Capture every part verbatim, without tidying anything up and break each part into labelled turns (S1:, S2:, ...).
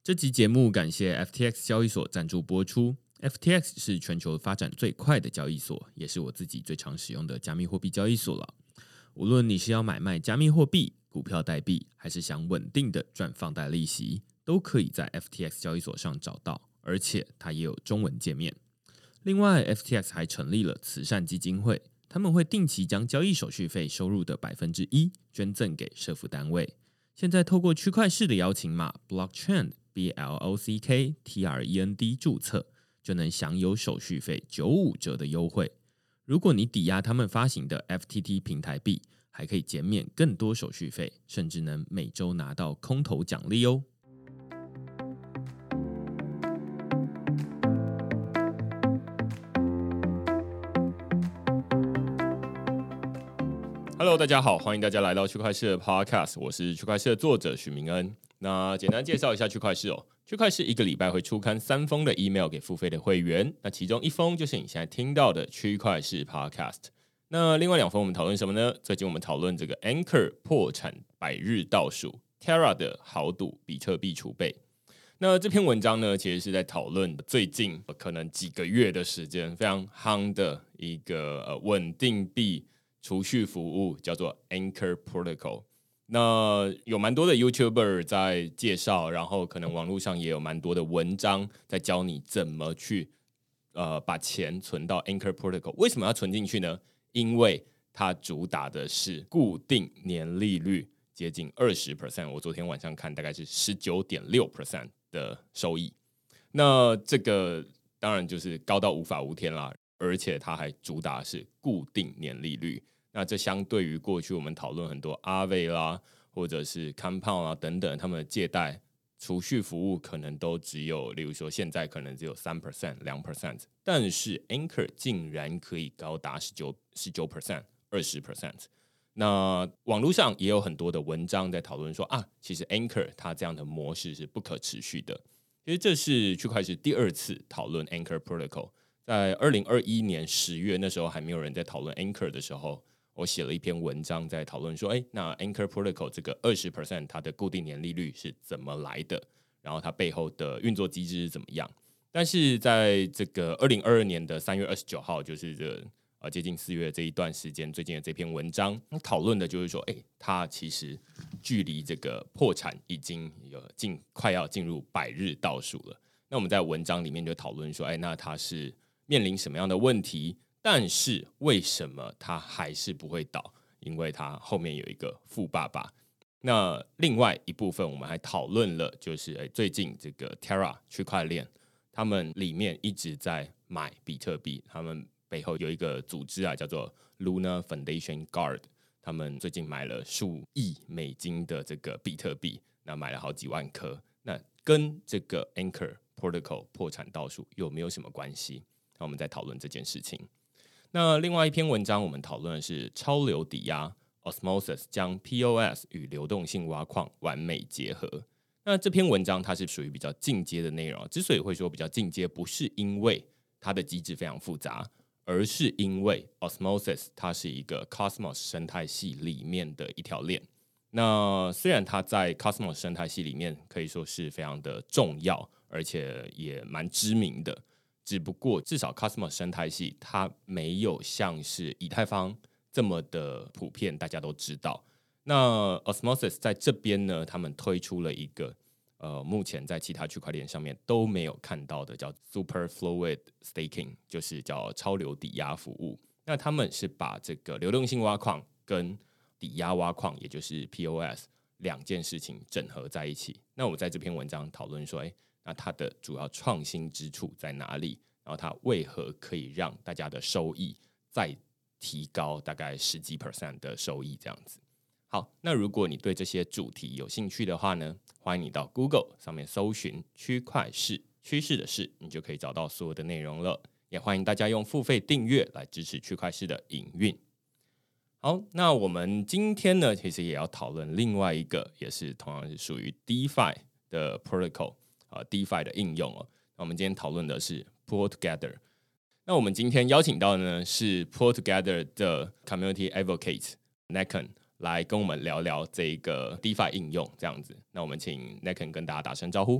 S1: 这集节目感谢 F T X 交易所赞助播出。F T X 是全球发展最快的交易所，也是我自己最常使用的加密货币交易所了。无论你是要买卖加密货币、股票代币，还是想稳定的赚放贷利息，都可以在 F T X 交易所上找到，而且它也有中文界面。另外 F T X 还成立了慈善基金会，他们会定期将交易手续费收入的百分之一捐赠给社福单位。现在透过区块市的邀请码 Blocktrend B L O C K T R E N D 注册，就能享有手续费九五折的优惠。如果你抵押他们发行的 F T T 平台币，还可以减免更多手续费，甚至能每周拿到空投奖励哦。Hello， 大家好，欢迎大家来到区块市的 Podcast， 我是区块市的作者许明恩。那简单介绍一下区块市哦，区块市一个礼拜会出刊三封的 email 给付费的会员，那其中一封就是你现在听到的区块市 Podcast。那另外两封我们讨论什么呢？最近我们讨论这个 Anchor 破产百日倒数 ，Terra 的豪赌比特币储备。那这篇文章呢，其实是在讨论最近可能几个月的时间非常夯的一个呃稳定币储蓄服务，叫做 Anchor Protocol。那有蛮多的 YouTuber 在介绍，然后可能网络上也有蛮多的文章在教你怎么去呃把钱存到 Anchor Protocol。为什么要存进去呢？因为它主打的是固定年利率接近 百分之二十， 我昨天晚上看大概是 百分之十九点六 的收益。那这个当然就是高到无法无天啦，而且它还主打是固定年利率。那这相对于过去我们讨论很多 Aave 啦，或者是 Compound 啊等等，他们的借贷储蓄服务可能都只有，例如说现在可能只有 百分之三、百分之二， 但是 Anchor 竟然可以高达 百分之十九、百分之二十。那网络上也有很多的文章在讨论说啊，其实 Anchor 它这样的模式是不可持续的。其实这是区块链第二次讨论 Anchor Protocol。在二零二一年十月，那时候还没有人在讨论 Anchor 的时候，我写了一篇文章在讨论说，哎，那 Anchor Protocol 这个 百分之二十 它的固定年利率是怎么来的，然后它背后的运作机制是怎么样。但是在这个二零二二年的三月二十九号，就是这呃接近四月这一段时间，最近的这篇文章讨论的就是说，哎，它其实距离这个破产已经有近快要进入百日倒数了。那我们在文章里面就讨论说，哎，那它是面临什么样的问题？但是为什么它还是不会倒？因为它后面有一个富爸爸。那另外一部分我们还讨论了，就是诶最近这个 Terra 区块链，他们里面一直在买比特币，他们背后有一个组织啊，叫做 Luna Foundation Guard， 他们最近买了数亿美金的这个比特币，那买了好几万颗。那跟这个 Anchor Protocol 破产倒数有没有什么关系？那我们在讨论这件事情。那另外一篇文章我们讨论的是超流抵押 Osmosis 将 P O S 与流动性挖矿完美结合。那这篇文章它是属于比较进阶的内容，之所以会说比较进阶，不是因为它的机制非常复杂，而是因为 Osmosis 它是一个 Cosmos 生态系里面的一条链。那虽然它在 Cosmos 生态系里面可以说是非常的重要，而且也蛮知名的，只不过至少 Cosmos 生态系它没有像是以太坊这么的普遍，大家都知道。那 Osmosis 在这边呢，他们推出了一个呃，目前在其他区块链上面都没有看到的，叫 Super Fluid Staking， 就是叫超流抵押服务。那他们是把这个流动性挖矿跟抵押挖矿，也就是 P O S 两件事情整合在一起。那我在这篇文章讨论说，哎，那它的主要创新之处在哪里？然后它为何可以让大家的收益再提高大概十几 percent 的收益这样子？好，那如果你对这些主题有兴趣的话呢，欢迎你到 Google 上面搜寻区块市，趋势的市，你就可以找到所有的内容了。也欢迎大家用付费订阅来支持区块市的营运。好，那我们今天呢，其实也要讨论另外一个，也是同样是属于 DeFi 的 protocol 啊 ，DeFi 的应用哦。那我们今天讨论的是 Pull Together。那我们今天邀请到的呢是 Pull Together 的 Community Advocate Naken 来跟我们聊聊这个 DeFi 应用这样子。那我们请 Naken 跟大家打声招呼。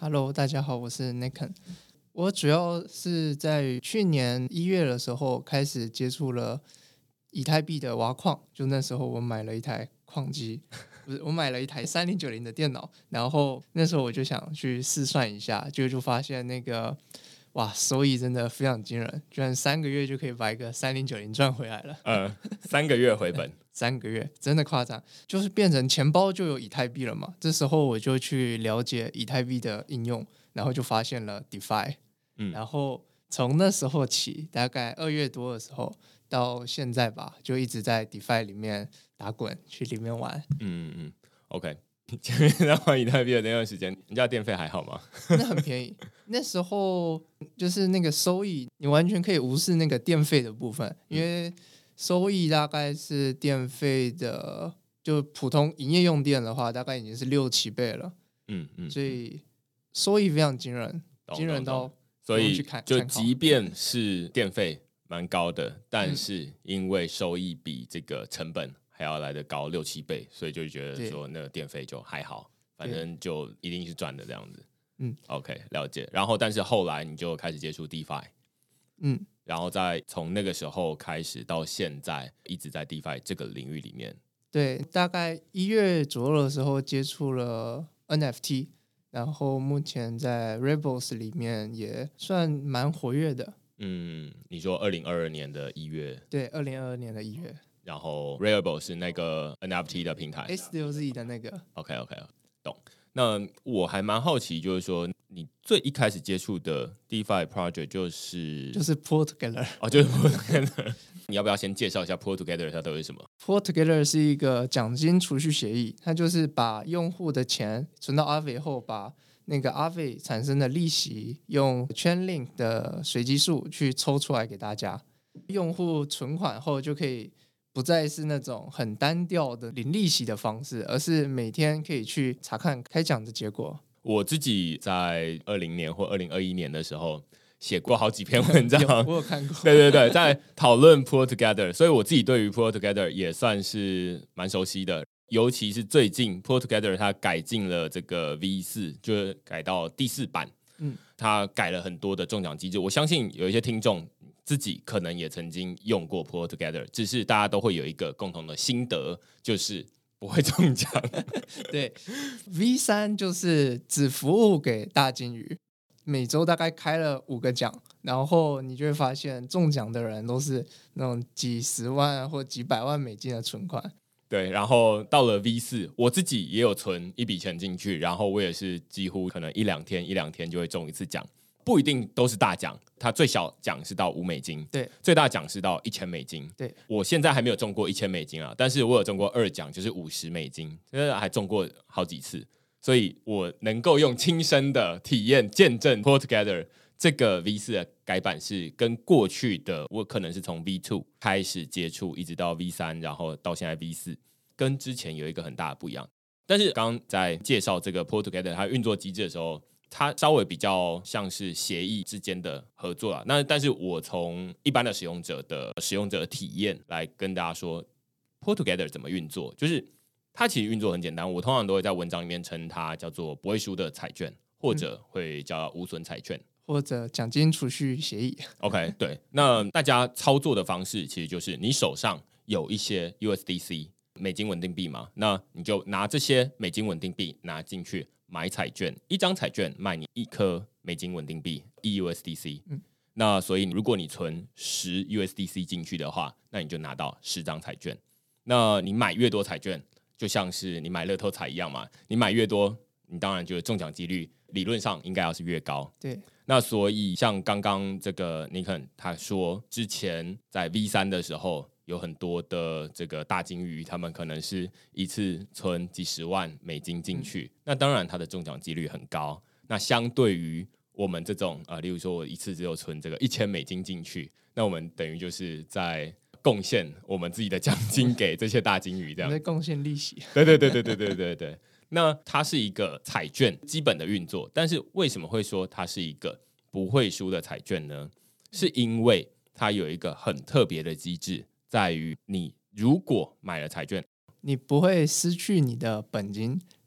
S2: Hello， 大家好，我是 Niken。我主要是在去年一月的时候开始接触了以太币的挖矿，就那时候我买了一台矿机，不是我买了一台三零九零的电脑，然后那时候我就想去试算一下，就就发现那个哇收益真的非常惊人，居然三个月就可以把一个三零九零赚回来了。
S1: 呃，三个月回本，
S2: 三个月真的夸张，就是变成钱包就有以太币了嘛。这时候我就去了解以太币的应用，然后就发现了 DeFi，嗯，然后从那时候起，大概二月多的时候到现在吧，就一直在 DeFi 里面打滚，去里面玩。
S1: 嗯嗯 ，OK。前面在玩以太币的那段时间，你家电费还好吗？
S2: 那很便宜，那时候就是那个收益，你完全可以无视那个电费的部分，因为收益大概是电费的，就普通营业用电的话，大概已经是六七倍了。嗯嗯，所以收益非常惊人，惊人到
S1: 所以就即便是电费蛮高的，但是因为收益比这个成本还要来得高六七倍，所以就觉得说那个电费就还好，反正就一定是赚的这样子。嗯 ，OK， 了解。然后，但是后来你就开始接触 DeFi， 嗯，然后再从那个时候开始到现在，一直在 DeFi 这个领域里面。
S2: 对，大概一月左右的时候接触了 N F T， 然后目前在 Rebels 里面也算蛮活跃的。
S1: 嗯，你说二零二二年的一月？
S2: 对，二零二二年的一月。
S1: 然后 Rarible 是那个 N F T 的平台
S2: ，S 六 Z 的那个。
S1: OK OK， 懂。那我还蛮好奇，就是说你最一开始接触的 DeFi project 就是
S2: 就是 Pool Together
S1: 哦，就是 Pool Together。你要不要先介绍一下 Pool Together 它到底是什么
S2: ？Pool Together 是一个奖金储蓄协议，它就是把用户的钱存到 Aave 后，把那个 Aave 产生的利息用 Chainlink 的随机数去抽出来给大家，用户存款后就可以不再是那种很单调的零利息的方式，而是每天可以去查看开奖的结果。
S1: 我自己在二零年或二零二一年的时候写过好几篇文章，
S2: 有我有看过。
S1: 对对对，在讨论 Pool Together， 所以我自己对于 Pool Together 也算是蛮熟悉的。尤其是最近 Pool Together 它改进了这个 V 四，就是改到第四版，嗯，它改了很多的中奖机制。我相信有一些听众自己可能也曾经用过 Pool Together， 只是大家都会有一个共同的心得，就是不会中奖。
S2: 对 ，V 三 就是只服务给大金鱼，每周大概开了五个奖，然后你就会发现中奖的人都是那种几十万或几百万美金的存款。
S1: 对，然后到了 V 四，我自己也有存一笔钱进去，然后我也是几乎可能一两天一两天就会中一次奖。不一定都是大奖，它最小奖是到五美金，
S2: 对，
S1: 最大奖是到一千美金，
S2: 对。
S1: 我现在还没有中过一千美金啊，但是我有中过二奖，就是五十美金，还中过好几次，所以我能够用亲身的体验见证 Pool Together 这个 V 四 的改版是跟过去的我可能是从 V 二 开始接触，一直到 V 三，然后到现在 V 四，跟之前有一个很大的不一样。但是刚刚在介绍这个 Pool Together 它运作机制的时候，它稍微比较像是协议之间的合作啦。那但是我从一般的使用者的使用者的体验来跟大家说 Pool Together 怎么运作，就是它其实运作很简单，我通常都会在文章里面称它叫做不会输的彩券，或者会叫无损彩券，
S2: 或者奖金储蓄协议。
S1: OK， 对，那大家操作的方式其实就是你手上有一些 U S D C 美金稳定币嘛，那你就拿这些美金稳定币拿进去买彩券，一张彩券卖你一颗美金稳定币一 U S D C，嗯，那所以如果你存十 U S D C 进去的话，那你就拿到十张彩券。那你买越多彩券，就像是你买乐透彩一样嘛，你买越多，你当然就中奖几率理论上应该要是越高。
S2: 对，
S1: 那所以像刚刚这个尼肯他说，之前在 V 三 的时候，有很多的这个大金鱼，他们可能是一次存几十万美金进去，嗯、那当然它的中奖几率很高。那相对于我们这种啊、呃，例如说我一次只有存这个一千美金进去，那我们等于就是在贡献我们自己的奖金给这些大金鱼，这样
S2: 在贡献利息。
S1: 对对对对对对对对。那它是一个彩券基本的运作，但是为什么会说它是一个不会输的彩券呢？是因为它有一个很特别的机制，在于你如果买了彩券，
S2: 你不会失去你的本金，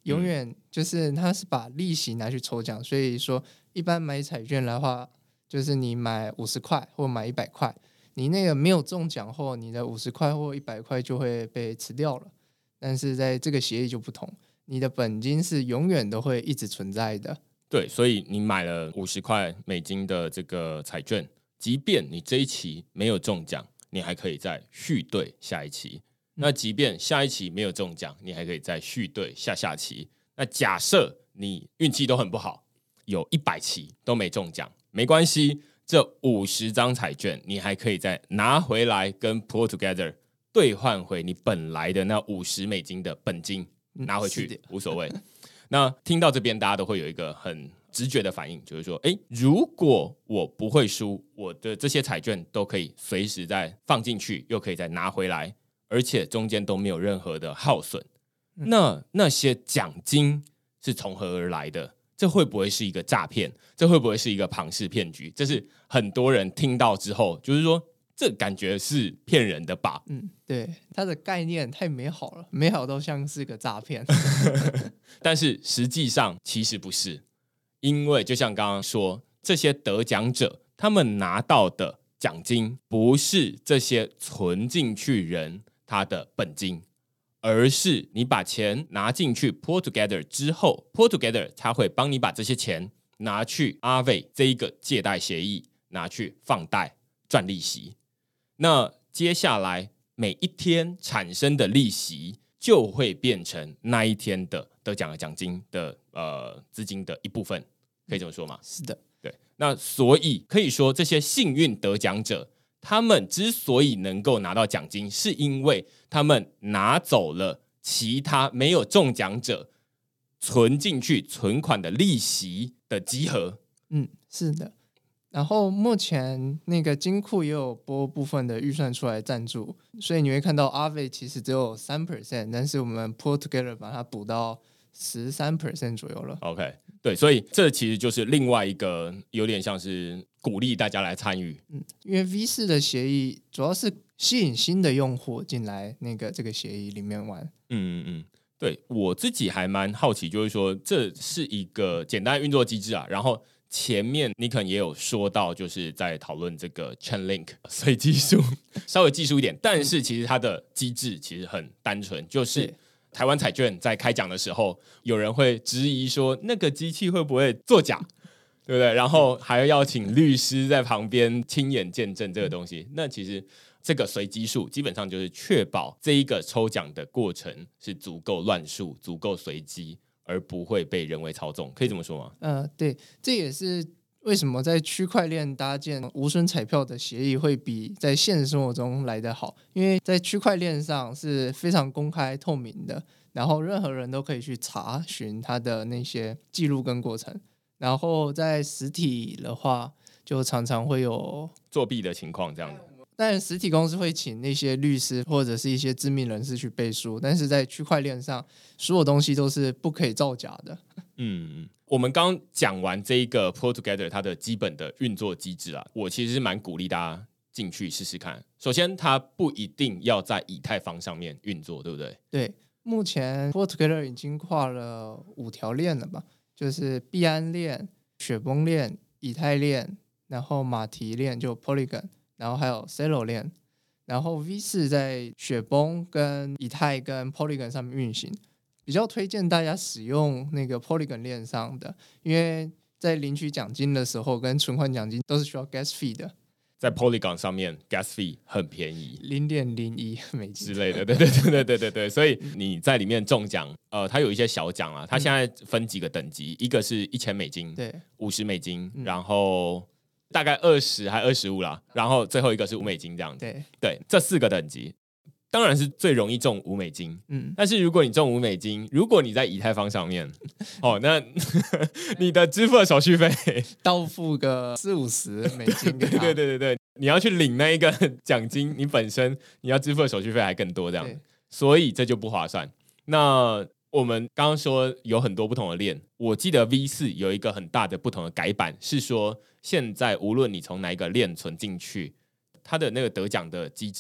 S2: 永远就是它是把利息拿去抽奖，所以说一般买彩券的话，就是你买五十块或买一百块，你那个没有中奖后，你的五十块或一百块就会被吃掉了。但是在这个协议就不同，你的本金是永远都会一直存在的。
S1: 对，所以你买了五十块美金的这个彩券，即便你这一期没有中奖，你还可以再续兑下一期。那即便下一期没有中奖，你还可以再续兑下下期。那假设你运气都很不好，有一百期都没中奖，没关系，这五十张彩券你还可以再拿回来跟 Pull Together 兑换回你本来的那五十美金的本金，拿回去、嗯、无所谓。那听到这边，大家都会有一个很直觉的反应，就是说，诶，如果我不会输，我的这些彩券都可以随时再放进去，又可以再拿回来，而且中间都没有任何的耗损。嗯、那那些奖金是从何而来的？这会不会是一个诈骗？这会不会是一个庞氏骗局？这是很多人听到之后，就是说，这感觉是骗人的吧？
S2: 嗯，对，它的概念太美好了，美好到像是个诈骗。
S1: 但是实际上其实不是，因为就像刚刚说，这些得奖者他们拿到的奖金不是这些存进去人他的本金，而是你把钱拿进去 Pull Together 之后 Pull Together 他会帮你把这些钱拿去 Aave 这一个借贷协议拿去放贷赚利息。那接下来每一天产生的利息就会变成那一天的得奖的奖金的呃资金的一部分，可以这么说吗？
S2: 是的，
S1: 对。那所以可以说，这些幸运得奖者，他们之所以能够拿到奖金，是因为他们拿走了其他没有中奖者存进去存款的利息的集合。
S2: 嗯，是的。然后目前那个金库也有拨部分的预算出来赞助，所以你会看到 Aave 其实只有 百分之三， 但是我们 Pull Together 把它补到 百分之十三 左右了。
S1: OK， 对，所以这其实就是另外一个有点像是鼓励大家来参与。
S2: 嗯，因为 V 四 的协议主要是吸引新的用户进来那个这个协议里面玩。
S1: 嗯嗯嗯，对，我自己还蛮好奇，就是说这是一个简单的运作机制啊，然后前面你可能也有说到，就是在讨论这个 Chainlink 随机数，稍微技术一点，但是其实它的机制其实很单纯，就是台湾彩券在开奖的时候，有人会质疑说那个机器会不会作假，对不对？然后还要请律师在旁边亲眼见证这个东西。那其实这个随机数基本上就是确保这一个抽奖的过程是足够乱数、足够随机，而不会被人为操纵，可以这么说吗？
S2: 呃，对，这也是为什么在区块链搭建无损彩票的协议会比在现实生活中来得好，因为在区块链上是非常公开透明的，然后任何人都可以去查询它的那些记录跟过程。然后在实体的话，就常常会有
S1: 作弊的情况这样子。
S2: 但实体公司会请那些律师或者是一些知名人士去背书，但是在区块链上，所有东西都是不可以造假的。
S1: 嗯，我们刚讲完这一个 Pull Together 它的基本的运作机制啊，我其实是蛮鼓励大家进去试试看。首先，它不一定要在以太坊上面运作，对不对？
S2: 对，目前 Pull Together 已经跨了五条链了吧，就是币安链、雪崩链、以太链，然后马蹄链就 Polygon。然后还有 Celo 链，然后 V 四 在雪崩跟以太跟 Polygon 上面运行，比较推荐大家使用那个 Polygon 链上的，因为在领取奖金的时候跟存款奖金都是需要 gas fee 的，
S1: 在 Polygon 上面 gas fee 很便宜，
S2: 零点零一美金
S1: 之类的，对对对对对对对，所以你在里面中奖，呃，它有一些小奖啊，它现在分几个等级，一个是一千美金，
S2: 对，
S1: 五十美金，嗯、然后。大概二十还二十五啦，然后最后一个是五美金这样子。
S2: 对
S1: 对，这四个等级，当然是最容易中五美金。嗯，但是如果你中五美金，如果你在以太坊上面，哦，那你的支付的手续费
S2: 倒付个四五十美金给他，
S1: 对对对对对，你要去领那一个奖金，你本身你要支付的手续费还更多这样，所以这就不划算。那我们刚刚说有很多不同的链，我记得 V 四 有一个很大的不同的改版，是说现在无论你从哪一个链存进去，它的那个得奖的机制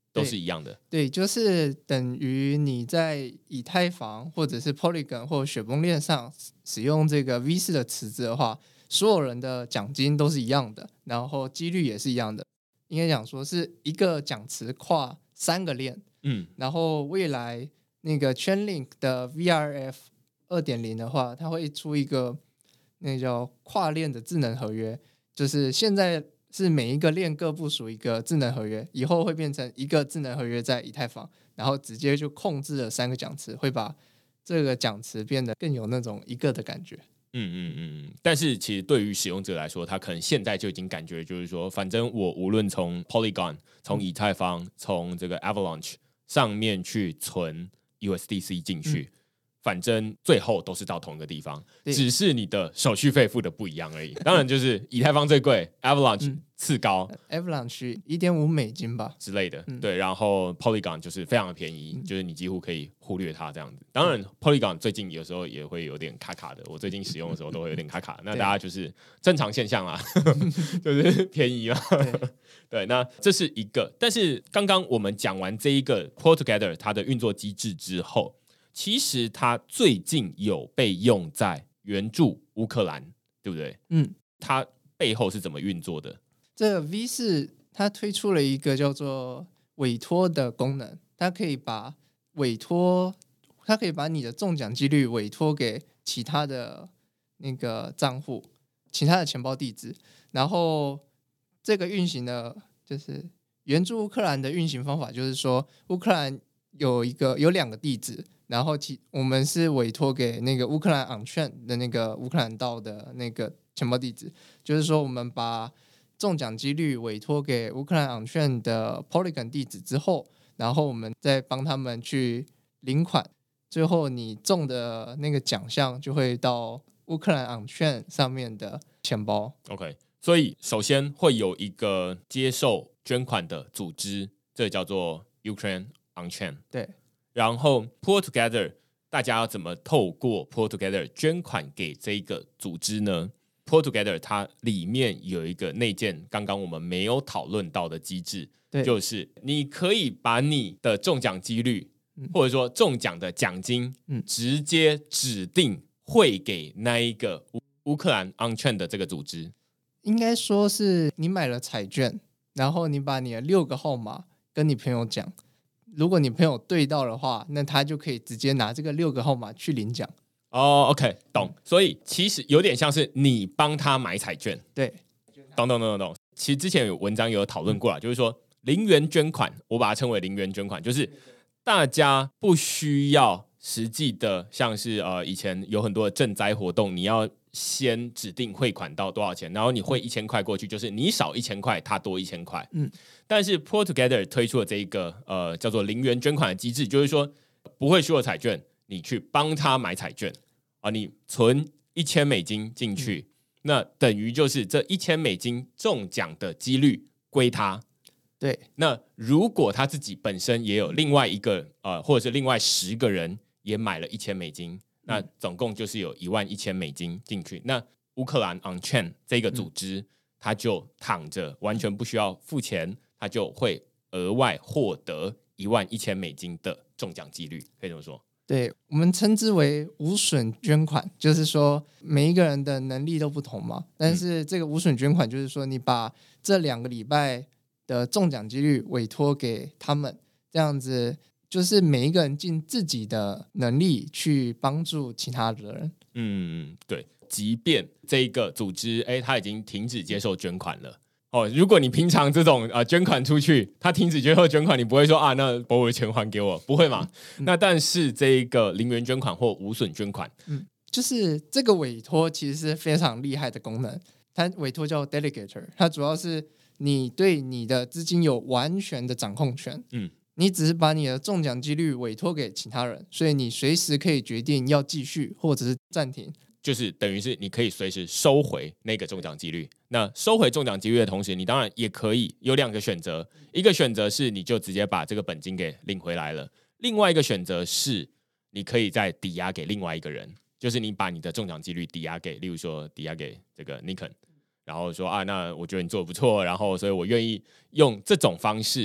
S1: 都是一样的。
S2: 对，就是等于你在以太坊或者是 Polygon 或雪崩链上使用这个 V 四的池子的话，所有人的奖金都是一样的，然后几率也是一样的。应该讲说是一个奖池跨三个链，嗯，然后未来那个 Chainlink 的 V R F 二点零 的话，它会出一个那个叫跨链的智能合约，就是现在是每一个链各部署一个智能合约，以后会变成一个智能合约在以太坊，然后直接就控制了三个奖池，会把这个奖池变得更有那种一个的感觉。
S1: 嗯嗯嗯，但是其实对于使用者来说，他可能现在就已经感觉就是说，反正我无论从 Polygon、从以太坊、从这个 Avalanche 上面去存 U S D C 进去。嗯，反正最后都是到同一个地方，只是你的手续费付的不一样而已。当然就是以太坊最贵，Avalanche 次高，
S2: 嗯，Avalanche 一点五美金吧
S1: 之类的，嗯，对。然后 Polygon 就是非常的便宜，嗯，就是你几乎可以忽略它这样子。当然 Polygon 最近有时候也会有点卡卡的，我最近使用的时候都会有点卡卡。那大家就是正常现象啦，就是便宜嘛。对, 对，那这是一个。但是刚刚我们讲完这一个 Portogether 它的运作机制之后，其实它最近有被用在援助乌克兰，对不对？嗯，它背后是怎么运作的？
S2: 这个 V 四它推出了一个叫做委托的功能，它可以把委托，它可以把你的中奖几率委托给其他的那个账户、其他的钱包地址，然后这个运行的就是援助乌克兰的运行方法，就是说乌克兰有一个有两个地址。然后其我们是委托给那个乌克兰 on-chain 的那个乌克兰道的那个钱包地址，就是说我们把中奖几率委托给乌克兰 on-chain 的 Polygon 地址之后，然后我们再帮他们去领款，最后你中的那个奖项就会到乌克兰 on-chain 上面的钱包。
S1: OK， 所以首先会有一个接受捐款的组织，这叫做 Ukraine on-chain。
S2: 对，
S1: 然后 Portogether 大家要怎么透过 Portogether 捐款给这个组织呢？ Portogether 它里面有一个内建刚刚我们没有讨论到的机制，就是你可以把你的中奖几率、嗯、或者说中奖的奖金、嗯、直接指定汇给那一个乌克兰 on-chain 的这个组织。
S2: 应该说是你买了彩券，然后你把你的六个号码跟你朋友讲，如果你朋友对到的话，那他就可以直接拿这个六个号码去领奖。
S1: 哦、oh, OK， 懂。所以其实有点像是你帮他买彩券。
S2: 对，
S1: 懂懂懂懂。其实之前有文章有讨论过啦、嗯、就是说零元捐款，我把它称为零元捐款，就是大家不需要实际的，像是呃以前有很多的赈灾活动，你要先指定汇款到多少钱，然后你汇一千块过去，就是你少一千块，他多一千块。嗯，但是 Portogether 推出了这一个呃叫做零元捐款的机制，就是说不会输的彩券，你去帮他买彩券啊，你存一千美金进去，嗯、那等于就是这一千美金中奖的几率归他。
S2: 对，
S1: 那如果他自己本身也有另外一个呃，或者是另外十个人也买了一千美金。那总共就是有一万一千美金进去，那乌克兰 on-chain 这个组织，他、嗯、就躺着完全不需要付钱，他就会额外获得一万一千美金的中奖几率，可以这么说。
S2: 对，我们称之为无损捐款，就是说每一个人的能力都不同嘛，但是这个无损捐款就是说你把这两个礼拜的中奖几率委托给他们，这样子就是每一个人尽自己的能力去帮助其他的人。
S1: 嗯，对，即便这一个组织哎，他已经停止接受捐款了哦。如果你平常这种呃捐款出去，他停止接受捐款，你不会说啊，那把我的钱还给我，不会嘛？嗯、那但是这一个零元捐款或无损捐款，
S2: 嗯，就是这个委托其实是非常厉害的功能。它委托叫 Delegator， 它主要是你对你的资金有完全的掌控权。嗯。你只是把你的中奖几率委托给其他人，所以你随时可以决定要继续或者是暂停，
S1: 就是等于是你可以随时收回那个中奖几率。那收回中奖几率的同时，你当然也可以有两个选择，一个选择是你就直接把这个本金给领回来了，另外一个选择是你可以再抵押给另外一个人，就是你把你的中奖几率抵押给，例如说抵押给这个 Nikon， 然后说啊，那我觉得你做得不错，然后所以我愿意用这种方式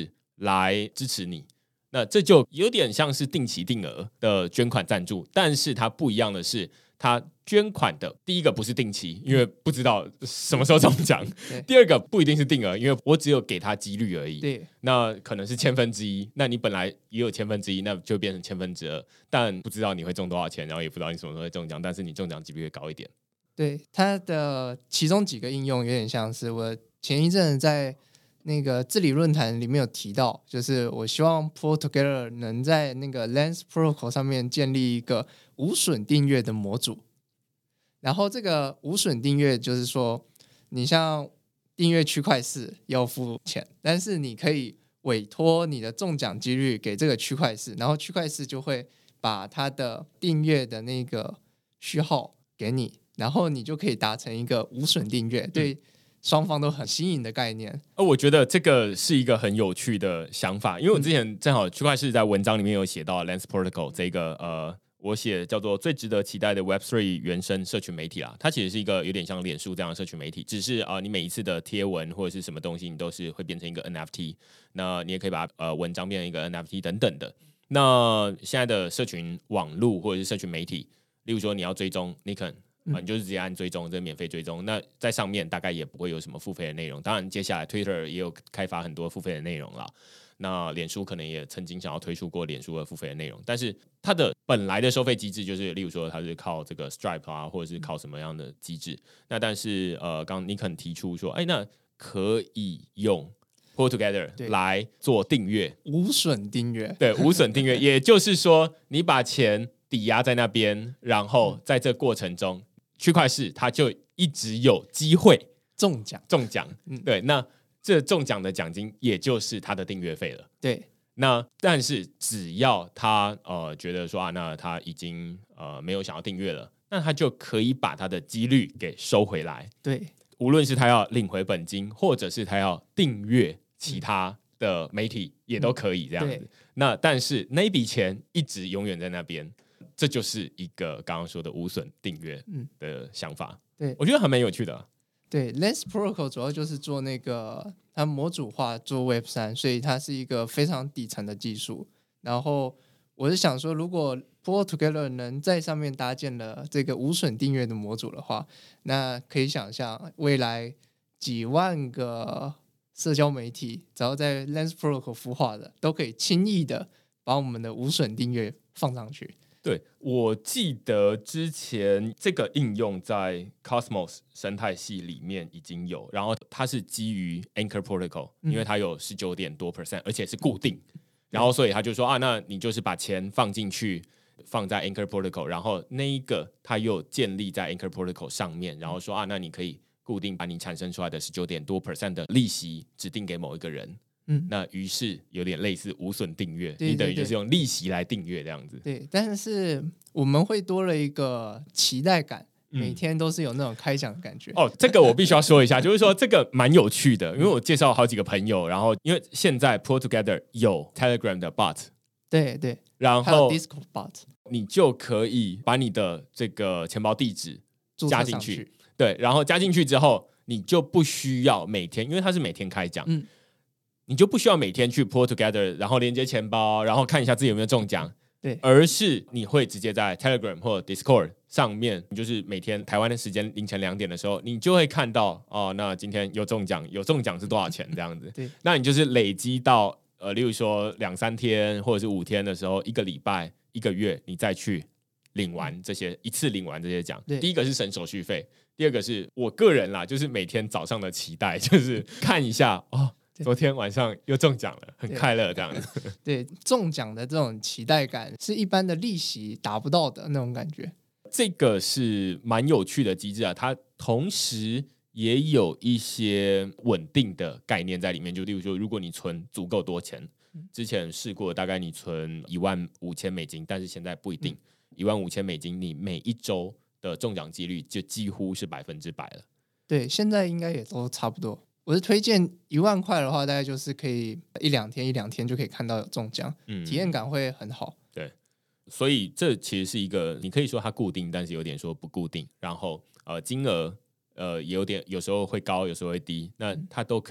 S1: 来支持你。那这就有点像是定期定额的捐款赞助，但是它不一样的是，它捐款的第一个不是定期，因为不知道什么时候中奖；第二个不一定是定额，因为我只有给他几率而已。
S2: 对，
S1: 那可能是千分之一，那你本来也有千分之一，那就变成千分之二，但不知道你会中多少钱，然后也不知道你什么时候会中奖，但是你中奖几率会高一点。
S2: 对，它的其中几个应用有点像是我前一阵在那个治理论坛里面有提到，就是我希望 Pull Together 能在那个 Lens Protocol 上面建立一个无损订阅的模组。然后这个无损订阅就是说，你像订阅区块四要付钱，但是你可以委托你的中奖几率给这个区块四，然后区块四就会把它的订阅的那个序号给你，然后你就可以达成一个无损订阅，对双方都很新颖的概念。
S1: 而我觉得这个是一个很有趣的想法，因为我之前正好区块链在文章里面有写到 Lens Protocol 这个呃，我写叫做最值得期待的 Web 三 原生社群媒体啦。它其实是一个有点像脸书这样的社群媒体，只是啊、呃，你每一次的贴文或者是什么东西，你都是会变成一个 N F T， 那你也可以把呃文章变成一个 N F T 等等的。那现在的社群网络或者是社群媒体，例如说你要追踪 Nikon。啊、你就是直接按追踪，这免费追踪。那在上面大概也不会有什么付费的内容。当然，接下来 Twitter 也有开发很多付费的内容啦。那脸书可能也曾经想要推出过脸书的付费的内容，但是它的本来的收费机制就是，例如说它是靠这个 Stripe 啊，或者是靠什么样的机制。那但是呃，刚刚你可能提出说，哎，那可以用 Pull Together 来做订阅，
S2: 无损订阅，
S1: 对，无损订阅，也就是说，你把钱抵押在那边，然后在这过程中。区块市它就一直有机会
S2: 中奖，
S1: 中奖，嗯、对，那这中奖的奖金也就是他的订阅费了。
S2: 对，
S1: 那但是只要他呃觉得说啊，那他已经呃没有想要订阅了，那他就可以把他的几率给收回来。
S2: 对，
S1: 无论是他要领回本金，或者是他要订阅其他的媒体，嗯、也都可以这样子。那但是那笔钱一直永远在那边。这就是一个刚刚说的无损订阅的想法，
S2: 嗯、对，
S1: 我觉得还蛮有趣的、啊。
S2: 对 ，Lens Protocol 主要就是做那个它模组化做 Web 三，所以它是一个非常底层的技术。然后我是想说，如果 Pull Together 能在上面搭建了这个无损订阅的模组的话，那可以想象未来几万个社交媒体，只要在 Lens Protocol 孵化的，都可以轻易的把我们的无损订阅放上去。
S1: 对，我记得之前这个应用在 Cosmos 生态系里面已经有，然后它是基于 Anchor Protocol，、嗯、因为它有十九点多 percent， 而且是固定，然后所以他就说啊，那你就是把钱放进去，放在 Anchor Protocol， 然后那一个它又建立在 Anchor Protocol 上面，然后说啊，那你可以固定把你产生出来的十九点多 percent 的利息指定给某一个人。嗯，那于是有点类似无损订阅，你等于就是用利息来订阅这样子。
S2: 对，但是我们会多了一个期待感，嗯、每天都是有那种开奖的感觉。
S1: 哦，这个我必须要说一下，就是说这个蛮有趣的，因为我介绍好几个朋友，然后因为现在 Pull Together 有 Telegram 的 bot，
S2: 对对，
S1: 然后
S2: Discord bot，
S1: 你就可以把你的这个钱包地址加进去，对，然后加进去之后，你就不需要每天，因为它是每天开奖。嗯，你就不需要每天去 Pull Together， 然后连接钱包，然后看一下自己有没有中奖，
S2: 对，
S1: 而是你会直接在 Telegram 或者 Discord 上面，你就是每天台湾的时间凌晨两点的时候，你就会看到哦，那今天有中奖，有中奖是多少钱这样子，
S2: 对，
S1: 那你就是累积到呃，例如说两三天或者是五天的时候，一个礼拜、一个月，你再去领完这些，一次领完这些奖，第一个是省手续费，第二个是我个人啦，就是每天早上的期待，就是看一下哦。昨天晚上又中奖了，很快乐这样子。
S2: 对，中奖的这种期待感是一般的利息达不到的那种感觉。
S1: 这个是蛮有趣的机制啊，它同时也有一些稳定的概念在里面。就例如说，如果你存足够多钱，之前试过，大概你存一万五千美金，但是现在不一定，一万五千美金，你每一周的中奖几率就几乎是百分之百了。
S2: 对，现在应该也都差不多。我是推荐一万块的话，大概就是可以一两天一两天就可以看到有中奖，嗯、体验感会很好。
S1: 对，所以这其实是一个，你可以说它固定，但是有点说不固定。然后呃，金额呃也有点，有时候会高，有时候会低，那它都可以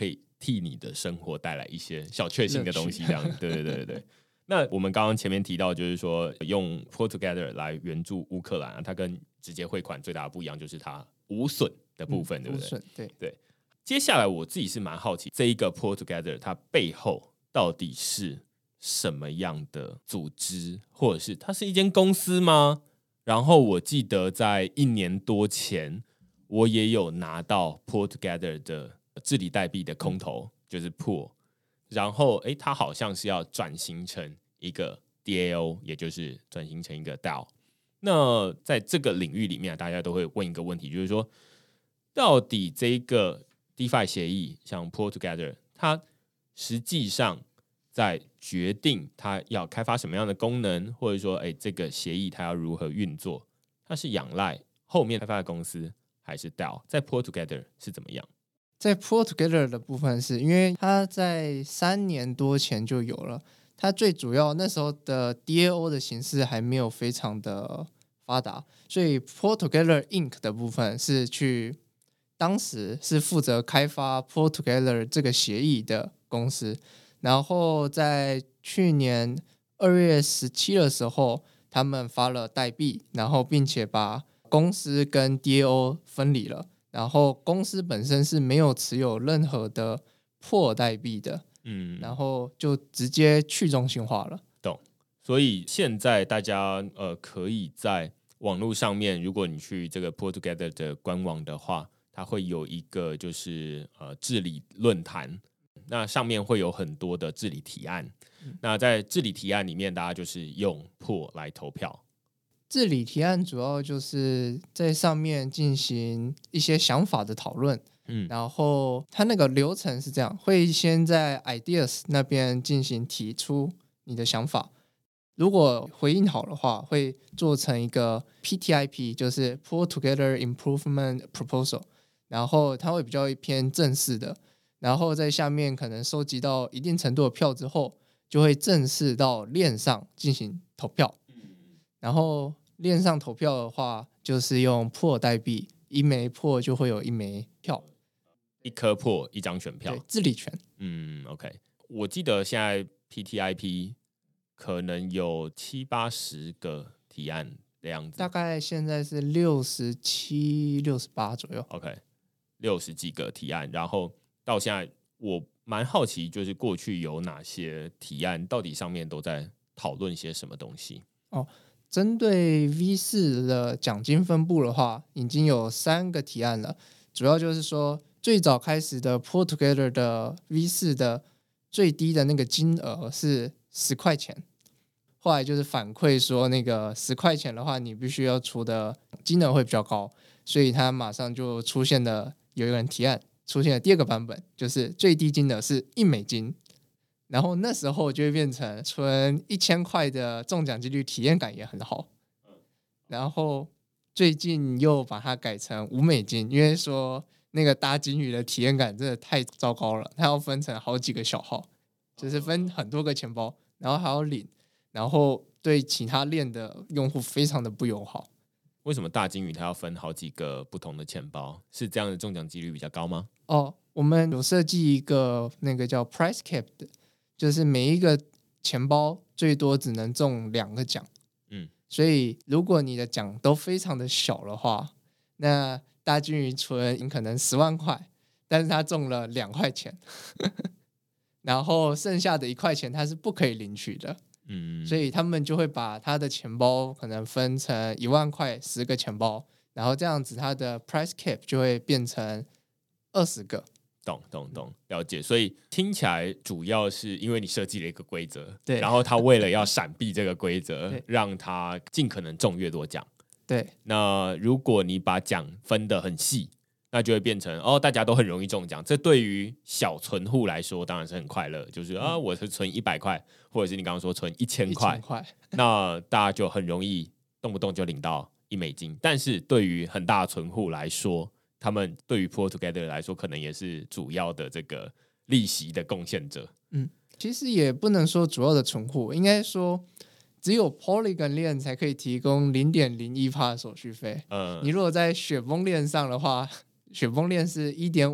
S1: 替你的生活带来一些小确幸的东西，这样对对对对对。那我们刚刚前面提到，就是说用 Pull Together 来援助乌克兰、啊，它跟直接汇款最大的不一样就是它无损的部分，嗯、对不对？无损，
S2: 对
S1: 对。接下来我自己是蛮好奇，这一个 Pull Together 它背后到底是什么样的组织，或者是它是一间公司吗？然后我记得在一年多前，我也有拿到 Pull Together 的治理代币的空投，就是 Pull。然后，哎，它好像是要转型成一个 D A O， 也就是转型成一个 D A O。那在这个领域里面，大家都会问一个问题，就是说，到底这个 DeFi 协议，像 Pull Together， 它实际上在决定它要开发什么样的功能，或者说，哎，这个协议它要如何运作，它是仰赖后面开发的公司，还是 D A O？ 在 Pull Together 是怎么样？
S2: 在 Pull Together 的部分是因为它在三年多前就有了，它最主要那时候的 D A O 的形式还没有非常的发达，所以 Pull Together Incorporated 的部分是去当时是负责开发 Pull Together 这个协议的公司，然后在去年二月十七的时候，他们发了代币，然后并且把公司跟 D A O 分离了。然后公司本身是没有持有任何的破代币的，嗯，然后就直接去中心化了。
S1: 懂。所以现在大家呃可以在网络上面，如果你去这个 Pull Together 的官网的话，它会有一个就是呃治理论坛，那上面会有很多的治理提案。嗯、那在治理提案里面，大家就是用 Pull 来投票。
S2: 治理提案主要就是在上面进行一些想法的讨论，嗯，然后它那个流程是这样，会先在 Ideas 那边进行提出你的想法，如果回应好的话，会做成一个 P T I P， 就是 Pull Together Improvement Proposal， 然后它会比较偏正式的，然后在下面可能收集到一定程度的票之后，就会正式到链上进行投票，然后链上投票的话，就是用破代币，一枚破就会有一枚票，
S1: 一颗破一张选票，
S2: 对，治理权。
S1: 嗯 ，OK， 我记得现在 P T I P 可能有七八十个提案的样子，
S2: 大概现在是六十七、六十八左右。
S1: OK， 六十几个提案，然后到现在我蛮好奇，就是过去有哪些提案，到底上面都在讨论些什么东西？
S2: 哦。针对 V 四 的奖金分布的话，已经有三个提案了。主要就是说，最早开始的 Pull Together 的 V 四 的最低的那个金额是十块钱，后来就是反馈说，那个十块钱的话，你必须要出的金额会比较高，所以他马上就出现了有一个人提案，出现了第二个版本，就是最低金额是一美金。然后那时候就会变成存一千块的中奖几率体验感也很好，然后最近又把它改成五美金，因为说那个搭金鱼的体验感真的太糟糕了，它要分成好几个小号，就是分很多个钱包，然后还要领，然后对其他链的用户非常的不友好。
S1: 为什么大金鱼它要分好几个不同的钱包？是这样的中奖几率比较高吗？
S2: 哦，我们有设计一个那个叫 Price Cap 的。就是每一个钱包最多只能中两个奖，嗯，所以如果你的奖都非常的小的话，那大金鱼存可能十万块，但是他中了两块钱，然后剩下的一块钱他是不可以领取的，嗯，所以他们就会把他的钱包可能分成一万块十个钱包，然后这样子他的 price cap 就会变成二十个。
S1: 懂懂懂，了解。所以听起来主要是因为你设计了一个规则，
S2: 对，
S1: 然后他为了要闪避这个规则，让他尽可能中越多奖。
S2: 对，
S1: 那如果你把奖分得很细，那就会变成哦，大家都很容易中奖。这对于小存户来说当然是很快乐，就是啊，我是存一百块，或者是你刚刚说存一千块，那大家就很容易动不动就领到一美金。但是对于很大的存户来说，他们对于 Pull Together 来说，可能也是主要的这个利息的贡献者。
S2: 嗯，其实也不能说主要的存户，应该说只有 Polygon 链才可以提供 零点零一 的手续费。嗯，你如果在雪崩链上的话，雪崩链是 一点五，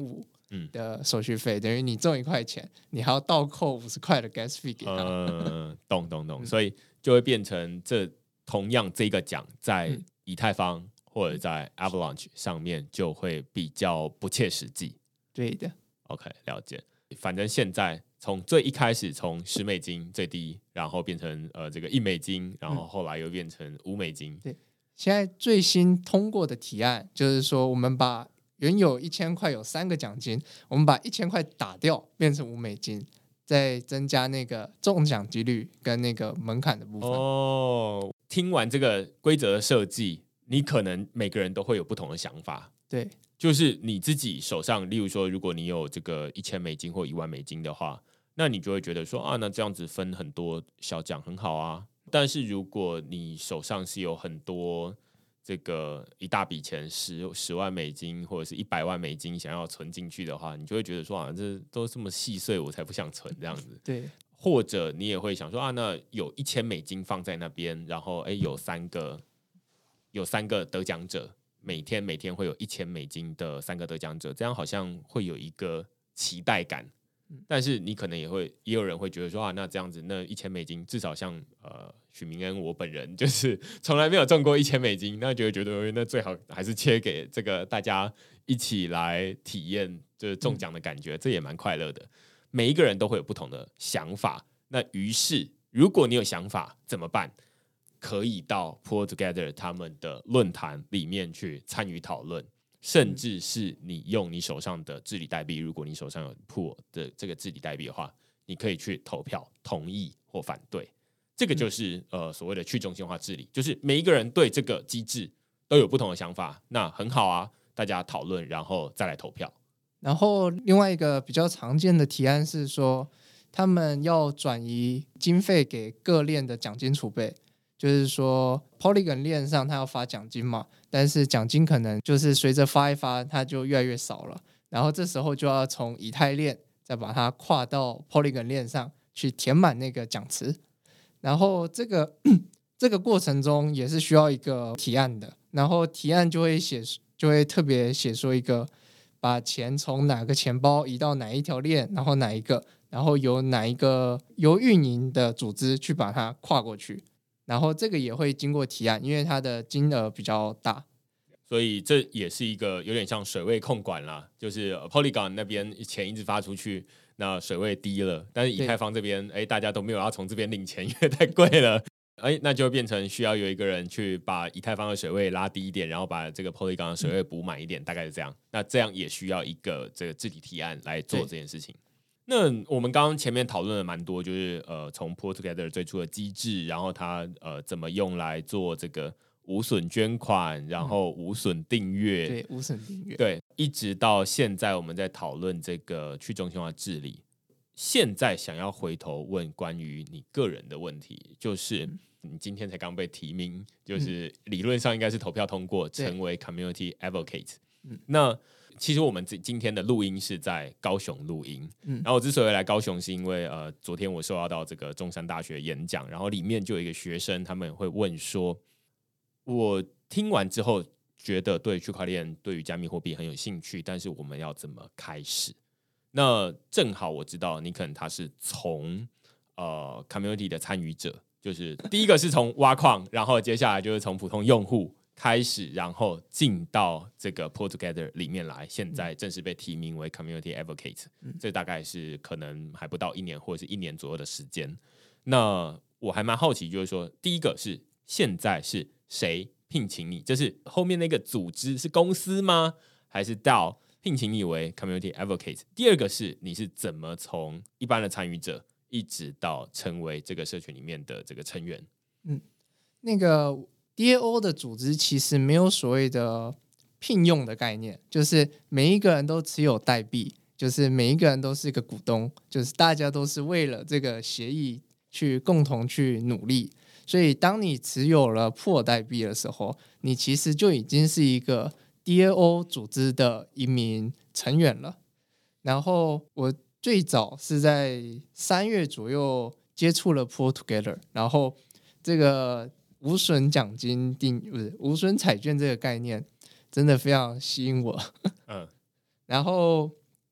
S2: 的手续费，嗯、等于你中一块钱，你还要倒扣五十块的 gas fee 给他。
S1: 呃，懂懂懂，所以就会变成这同样这个奖在以太坊或者在 Avalanche 上面就会比较不切实际。
S2: 对的
S1: ，OK， 了解。反正现在从最一开始从十美金最低，然后变成呃这个一美金，然后后来又变成五美金。
S2: 对，现在最新通过的提案就是说，我们把原有一千块有三个奖金，我们把一千块打掉，变成五美金，再增加那个中奖几率跟那个门槛的部分。
S1: 哦，听完这个规则的设计，你可能每个人都会有不同的想法。
S2: 对。
S1: 就是你自己手上，例如说，如果你有这个一千美金或一万美金的话，那你就会觉得说啊，那这样子分很多小奖很好啊。但是如果你手上是有很多这个一大笔钱，十十万美金或者是一百万美金想要存进去的话，你就会觉得说啊，这都这么细碎，我才不想存这样子。
S2: 对，
S1: 或者你也会想说啊，那有一千美金放在那边，然后哎有三个有三个得奖者。每天每天会有一千美金的三个得奖者，这样好像会有一个期待感。但是你可能也会，也有人会觉得说啊，那这样子，那一千美金至少像呃许明恩我本人就是从来没有中过一千美金，那就会觉得那最好还是切给这个大家一起来体验就是中奖的感觉，嗯、这也蛮快乐的。每一个人都会有不同的想法，那于是如果你有想法怎么办？可以到 Pool Together 他们的论坛里面去参与讨论，甚至是你用你手上的治理代币，如果你手上有 Pool 的这个治理代币的话，你可以去投票同意或反对。这个就是、嗯、呃所谓的去中心化治理，就是每一个人对这个机制都有不同的想法，那很好啊，大家讨论然后再来投票。
S2: 然后另外一个比较常见的提案是说，他们要转移经费给各链的奖金储备。就是说 Polygon 链上它要发奖金嘛，但是奖金可能就是随着发一发它就越来越少了，然后这时候就要从以太链再把它跨到 Polygon 链上去填满那个奖池，然后这个这个过程中也是需要一个提案的，然后提案就会写就会特别写说一个把钱从哪个钱包移到哪一条链，然后哪一个，然后由哪一个由运营的组织去把它跨过去。然后这个也会经过提案，因为它的金额比较大，
S1: 所以这也是一个有点像水位控管啦，就是 Polygon 那边钱一直发出去，那水位低了，但是以太坊这边，哎，大家都没有要从这边领钱，因为太贵了，哎，那就变成需要有一个人去把以太坊的水位拉低一点，然后把这个 Polygon 的水位补满一点，嗯、大概是这样。那这样也需要一个这个治理提案来做这件事情。那我们刚刚前面讨论了蛮多，就是呃，从 Pool Together 最初的机制，然后它呃怎么用来做这个无损捐款，然后无损订阅，
S2: 对，无损订阅，
S1: 对，一直到现在我们在讨论这个去中心化治理。现在想要回头问关于你个人的问题，就是你今天才刚被提名，就是理论上应该是投票通过，成为 Community Advocate。那其实我们今天的录音是在高雄录音，嗯，然后我之所以来高雄，是因为呃，昨天我受邀到这个中山大学演讲，然后里面就有一个学生，他们会问说，我听完之后觉得对区块链、对于加密货币很有兴趣，但是我们要怎么开始？那正好我知道你可能他是从呃 community 的参与者，就是第一个是从挖矿，然后接下来就是从普通用户开始，然后进到这个 Pool Together 里面来，现在正式被提名为 Community Advocate，嗯、这大概是可能还不到一年或者是一年左右的时间。那我还蛮好奇，就是说，第一个是现在是谁聘请你？这是后面那个组织是公司吗？还是 D A O 聘请你为 Community Advocate？ 第二个是你是怎么从一般的参与者一直到成为这个社群里面的这个成员？
S2: 嗯，那个。D A O 的组织其实没有所谓的聘用的概念，就是每一个人都持有代币，就是每一个人都是一个股东，就是大家都是为了这个协议去共同去努力。所以当你持有了 Pool 代币的时候，你其实就已经是一个 D A O 组织的一名成员了。然后我最早是在三月左右接触了 Pool Together， 然后这个无损奖金定不是无损彩券这个概念真的非常吸引我。嗯，然后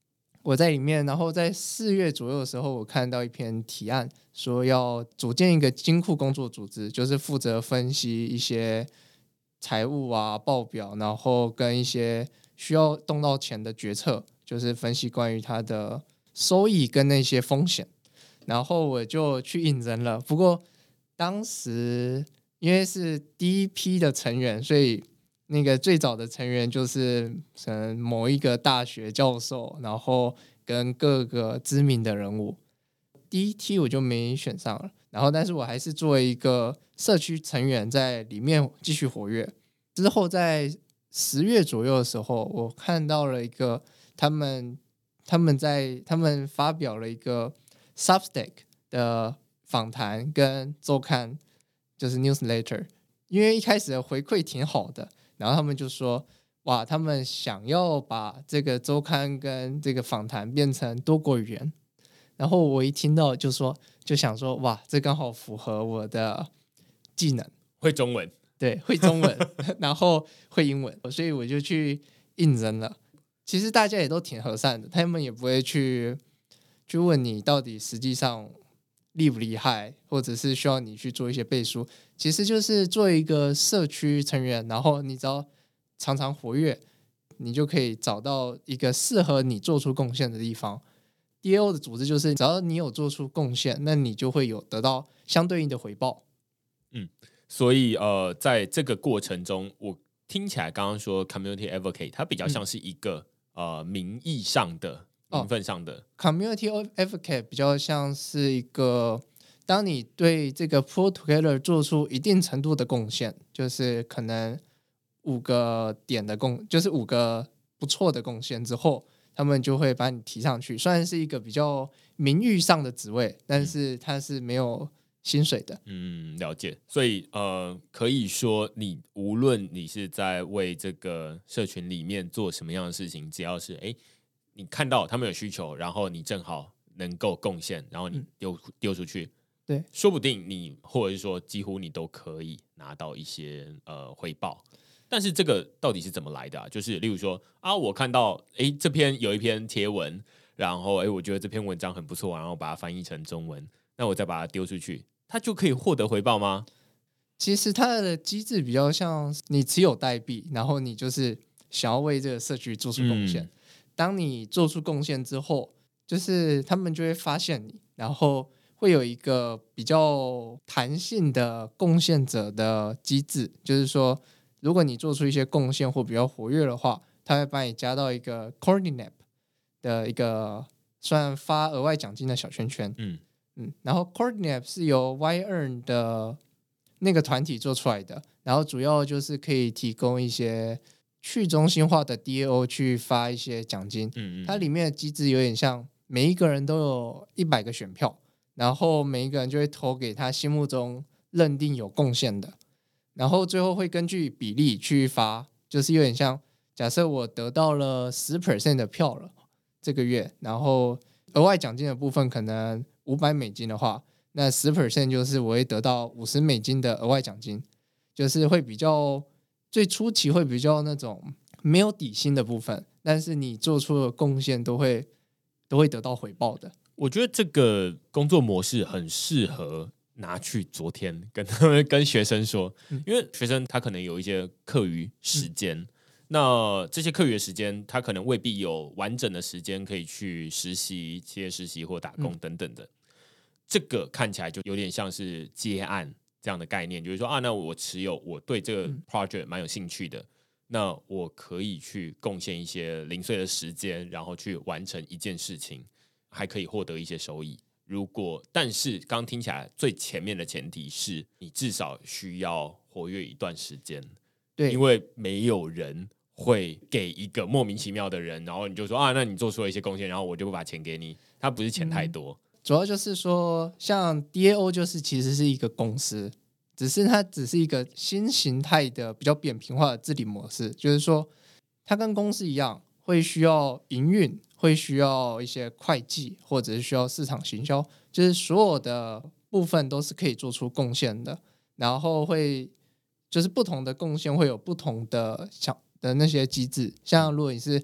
S2: 我在里面，然后在四月左右的时候，我看到一篇提案，说要组建一个金库工作组织，就是负责分析一些财务啊、报表，然后跟一些需要动到钱的决策，就是分析关于它的收益跟那些风险。然后我就去应征了，不过当时因为是第一批的成员，所以那个最早的成员就是可能某一个大学教授，然后跟各个知名的人物。第一梯我就没选上了，然后但是我还是作为一个社区成员在里面继续活跃。之后在十月左右的时候，我看到了一个他们他们在他们发表了一个 Substack 的访谈跟周刊，就是 newsletter。因为一开始的回馈挺好的，然后他们就说哇，他们想要把这个周刊跟这个访谈变成多国语言。然后我一听到就说就想说哇，这刚好符合我的技能，
S1: 会中文，
S2: 对，会中文然后会英文，所以我就去应征了。其实大家也都挺和善的，他们也不会去去问你到底实际上厉不厉害，或者是需要你去做一些背书。其实就是做一个社区成员，然后你只要常常活跃，你就可以找到一个适合你做出贡献的地方。D A O 的组织就是只要你有做出贡献，那你就会有得到相对应的回报。
S1: 嗯，所以呃，在这个过程中，我听起来刚刚说 community advocate， 它比较像是一个、嗯、呃名义上的、名分上的、哦、
S2: community advocate 比较像是一个，当你对这个 pull together 做出一定程度的贡献，就是可能五个点的贡，就是五个不错的贡献之后，他们就会把你提上去。虽然是一个比较名誉上的职位，但是它是没有薪水的。
S1: 嗯，了解。所以呃，可以说你无论你是在为这个社群里面做什么样的事情，只要是哎你看到他们有需求，然后你正好能够贡献，然后你丢丢、嗯、出去，
S2: 对，
S1: 说不定你或者是说几乎你都可以拿到一些呃回报。但是这个到底是怎么来的啊？就是例如说啊，我看到哎这篇有一篇贴文，然后哎我觉得这篇文章很不错，然后把它翻译成中文，那我再把它丢出去，它就可以获得回报吗？
S2: 其实它的机制比较像你持有代币，然后你就是想要为这个社区做出贡献、嗯、当你做出贡献之后，就是他们就会发现你，然后会有一个比较弹性的贡献者的机制，就是说如果你做出一些贡献或比较活跃的话，他会把你加到一个 coordinate 的一个算发额外奖金的小圈圈。嗯嗯，然后 coordinate 是由 Y-Earn 的那个团体做出来的，然后主要就是可以提供一些去中心化的 D A O 去发一些奖金。嗯嗯，它里面的机制有点像每一个人都有一百个选票，然后每一个人就会投给他心目中认定有贡献的，然后最后会根据比例去发，就是有点像假设我得到了 百分之十 的票了这个月，然后额外奖金的部分可能五百美金的话，那 百分之十 就是我会得到五十美金的额外奖金，就是会比较最初期会比较那种没有底薪的部分，但是你做出的贡献都会都会得到回报的。
S1: 我觉得这个工作模式很适合拿去昨天跟他们跟学生说，因为学生他可能有一些课余时间、嗯，那这些课余的时间他可能未必有完整的时间可以去实习、企业实习或打工等等的、嗯，这个看起来就有点像是接案这样的概念，就是说啊，那我持有我对这个 project 蛮有兴趣的、嗯，那我可以去贡献一些零碎的时间，然后去完成一件事情，还可以获得一些收益。如果但是刚听起来最前面的前提是你至少需要活跃一段时间，对，因为没有人会给一个莫名其妙的人，然后你就说啊，那你做出了一些贡献，然后我就不把钱给你，他不是钱太多、嗯、
S2: 主要就是说像 D A O 就是其实是一个公司，只是它只是一个新形态的比较扁平化的治理模式，就是说它跟公司一样会需要营运，会需要一些会计，或者是需要市场行销，就是所有的部分都是可以做出贡献的，然后会就是不同的贡献会有不同的小的那些机制，像如果你是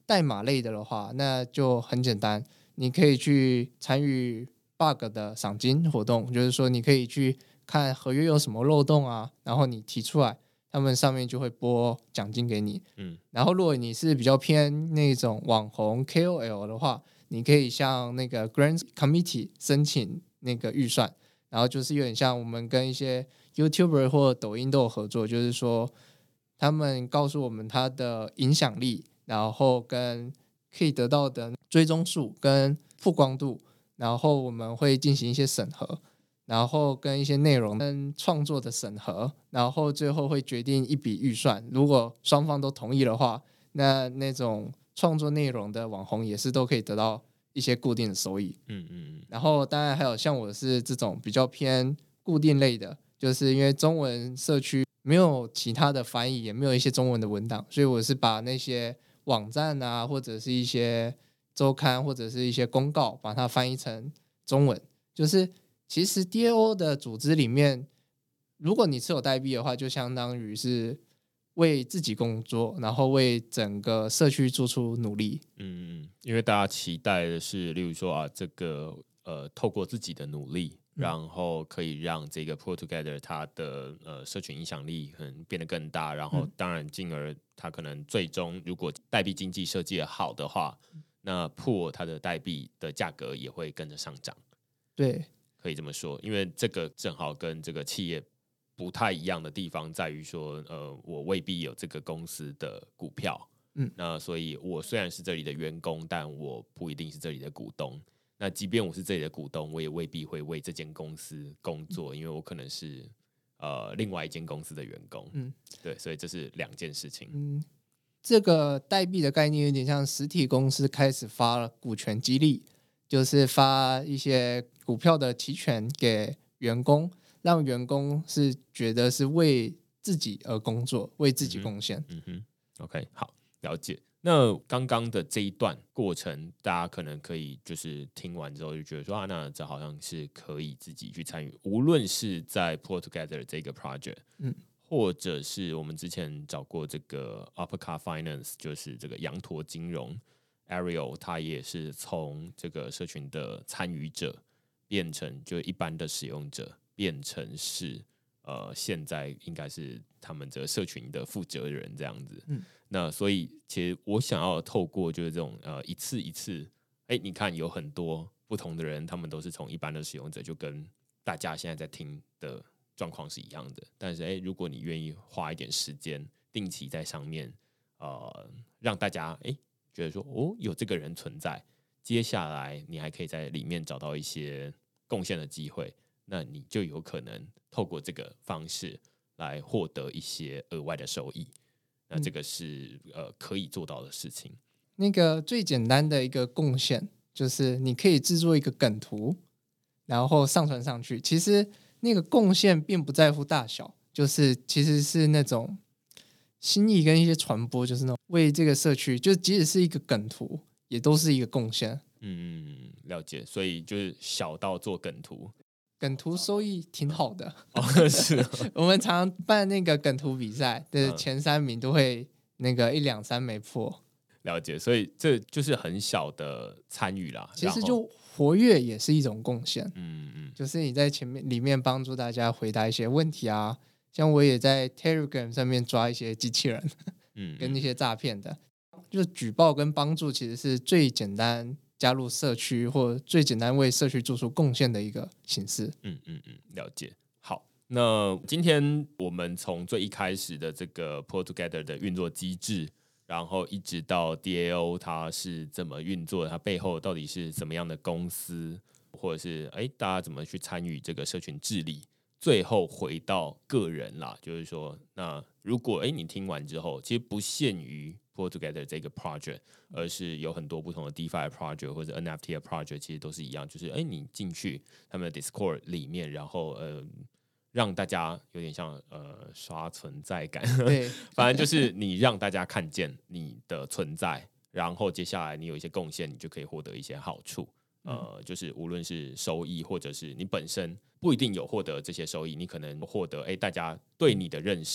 S2: 代码类的的话，那就很简单，你可以去参与 bug 的赏金活动，就是说你可以去看合约有什么漏洞啊，然后你提出来，他们上面就会拨奖金给你。嗯，然后如果你是比较偏那种网红 K O L 的话，你可以向那个 Grant Committee 申请那个预算，然后就是有点像我们跟一些 YouTuber 或抖音都有合作，就是说他们告诉我们他的影响力，然后跟可以得到的追踪数跟曝光度，然后我们会进行一些审核，然后跟一些内容跟创作的审核，然后最后会决定一笔预算。如果双方都同意的话，那那种创作内容的网红也是都可以得到一些固定的收益。嗯嗯嗯。然后当然还有像我是这种比较偏固定类的，就是因为中文社区没有其他的翻译，也没有一些中文的文档，所以我是把那些网站啊，或者是一些周刊或者是一些公告，把它翻译成中文。就是其实 D A O 的组织里面，如果你持有代币的话，就相当于是为自己工作，然后为整个社区做出努力。
S1: 嗯，因为大家期待的是，例如说啊，这个呃，透过自己的努力，然后可以让这个 Pull Together 它的呃社群影响力可能变得更大，然后当然进而它可能最终如果代币经济设计的好的话，那 Pull 它的代币的价格也会跟着上涨。
S2: 对，
S1: 可以这么说，因为这个正好跟这个企业不太一样的地方在于说，呃，我未必有这个公司的股票，嗯，那所以我虽然是这里的员工，但我不一定是这里的股东。那即便我是这里的股东，我也未必会为这间公司工作，因为我可能是呃另外一间公司的员工，嗯，对，所以这是两件事情。
S2: 嗯，这个代币的概念有点像实体公司开始发了股权激励，就是发一些股票的期权给员工，让员工是觉得是为自己而工作，为自己贡献。
S1: 嗯哼，嗯哼 ，OK， 好，了解。那刚刚的这一段过程，大家可能可以就是听完之后就觉得说啊，那这好像是可以自己去参与，无论是在 Pull Together 这个 project，嗯，或者是我们之前找过这个 Uppercut Finance， 就是这个羊驼金融 Ariel， 他也是从这个社群的参与者变成就一般的使用者，变成是呃现在应该是他们这个社群的负责人这样子，嗯。那所以，其实我想要透过就是这种呃一次一次，哎，你看有很多不同的人，他们都是从一般的使用者，就跟大家现在在听的状况是一样的。但是，哎，如果你愿意花一点时间，定期在上面，呃，让大家哎觉得说哦有这个人存在，接下来你还可以在里面找到一些贡献的机会，那你就有可能透过这个方式来获得一些额外的收益。那这个是、嗯、呃可以做到的事情。
S2: 那个最简单的一个贡献就是你可以制作一个梗图，然后上传上去。其实那个贡献并不在乎大小，就是其实是那种心意跟一些传播，就是那种为这个社区，就即使是一个梗图，也都是一个贡献。
S1: 嗯，了解。所以就是小到做梗图。
S2: 梗图收益挺好的，
S1: 哦、是、哦，
S2: 我们常常办那个梗图比赛的前三名都会那个一两三没破。
S1: 了解，所以这就是很小的参与啦。
S2: 其实就活跃也是一种贡献，嗯嗯，就是你在前面里面帮助大家回答一些问题啊，像我也在 Telegram 上面抓一些机器人，嗯，跟那些诈骗的，就举报跟帮助其实是最简单。加入社区或最简单为社区做出贡献的一个形式。
S1: 嗯嗯嗯，了解。好，那今天我们从最一开始的这个 Pull Together 的运作机制，然后一直到 D A O 它是怎么运作，它背后到底是怎么样的公司，或者是哎大家怎么去参与这个社群治理，最后回到个人啦，就是说，那如果哎你听完之后，其实不限于Pull Together 这个 project， 而是有很多不同的 DeFi project 或者 N F T 的 project， 其实都是一样，就是哎，你进去他们的 Discord 里面，然后呃，让大家有点像呃刷存在感，
S2: 对，
S1: 反正就是你让大家看见你的存在，然后接下来你有一些贡献，你就可以获得一些好处。呃，就是无论是收益，或者是你本身不一定有获得这些收益，你可能获得哎大家对你的认识。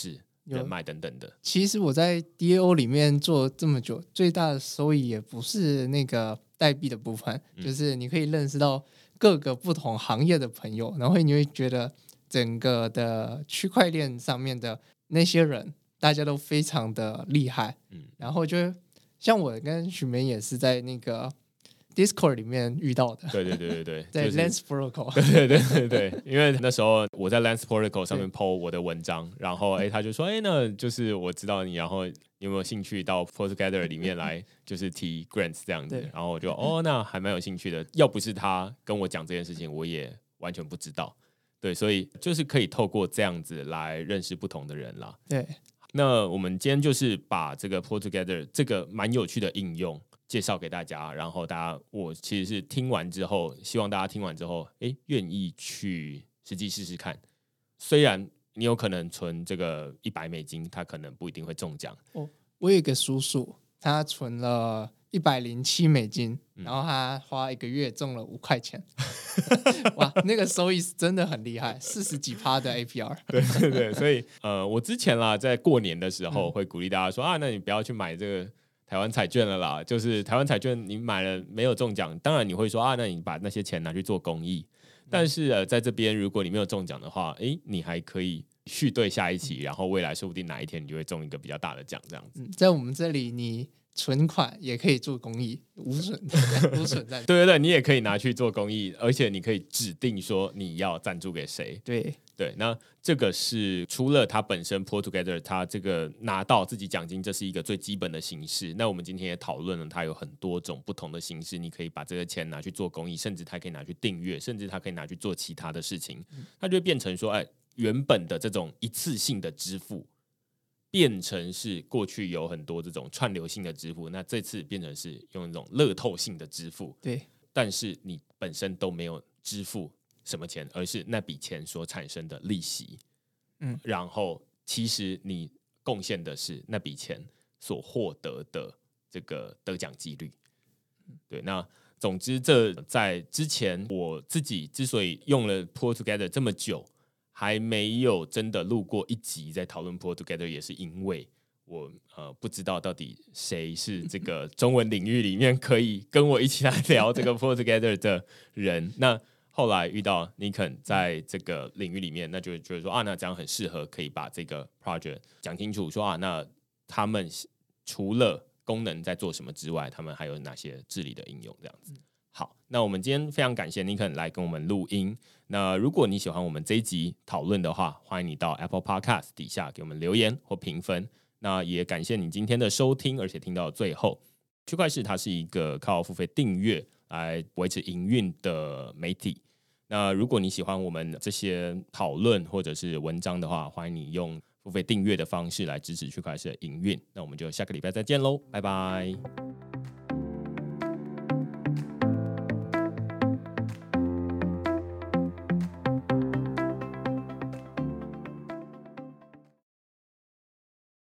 S1: 人脉等等的。
S2: 其实我在 D A O 里面做这么久，最大的收益也不是那个代币的部分，嗯、就是你可以认识到各个不同行业的朋友，然后你会觉得整个的区块链上面的那些人，大家都非常的厉害。嗯，然后就像我跟许梅也是在那个 Discord 里面遇到的。
S1: 对对对对对，
S2: 在
S1: 就是、
S2: Lens Protocol。
S1: 对对对对对，因为那时候我在 Lens Protocol 上面 po 我的文章，然后哎他就说哎那就是我知道你，然后你有没有兴趣到 Portogether 里面来就是提 grants 这样子，然后我就哦那还蛮有兴趣的，要不是他跟我讲这件事情，我也完全不知道。对，所以就是可以透过这样子来认识不同的人啦。
S2: 对，
S1: 那我们今天就是把这个 Portogether 这个蛮有趣的应用介绍给大家，然后大家我其实是听完之后，希望大家听完之后，哎，愿意去实际试试看。虽然你有可能存这个一百美金，他可能不一定会中奖。
S2: 哦，我有一个叔叔，他存了一百零七美金，然后他花一个月中了五块钱。哇，那个收益是真的很厉害，四十几趴的 A P R。
S1: 对对对，所以呃，我之前啦，在过年的时候会鼓励大家说、嗯、啊，那你不要去买这个台湾彩券了啦。就是台湾彩券你买了没有中奖，当然你会说啊，那你把那些钱拿去做公益。但是呃，在这边如果你没有中奖的话，哎，你还可以续兑下一期，然后未来说不定哪一天你就会中一个比较大的奖，这样子。
S2: 嗯、在我们这里你存款也可以做公益，无损无损赞助。
S1: 对对对，你也可以拿去做公益，而且你可以指定说你要赞助给谁。
S2: 对
S1: 对，那这个是除了它本身 Portogether 它这个拿到自己奖金，这是一个最基本的形式。那我们今天也讨论了，它有很多种不同的形式，你可以把这个钱拿去做公益，甚至它可以拿去订阅，甚至它可以拿去做其他的事情。它就会变成说，哎，原本的这种一次性的支付。变成是过去有很多这种串流性的支付，那这次变成是用一种乐透性的支付。
S2: 对，
S1: 但是你本身都没有支付什么钱，而是那笔钱所产生的利息。嗯，然后其实你贡献的是那笔钱所获得的这个得奖几率。对，那总之这在之前我自己之所以用了 Portogether 这么久。还没有真的录过一集在讨论 Portogether， 也是因为我呃不知道到底谁是这个中文领域里面可以跟我一起来聊这个 Portogether 的人。那后来遇到 Niken 在这个领域里面，那就觉得说啊，那这样很适合可以把这个 project 讲清楚，说啊，那他们除了功能在做什么之外，他们还有哪些治理的应用这样子。好，那我们今天非常感谢 Niken 来跟我们录音。那如果你喜欢我们这一集讨论的话，欢迎你到 Apple Podcast 底下给我们留言或评分。那也感谢你今天的收听，而且听到最后。区块市它是一个靠付费订阅来维持营运的媒体。那如果你喜欢我们这些讨论或者是文章的话，欢迎你用付费订阅的方式来支持区块市的营运。那我们就下个礼拜再见喽，拜拜。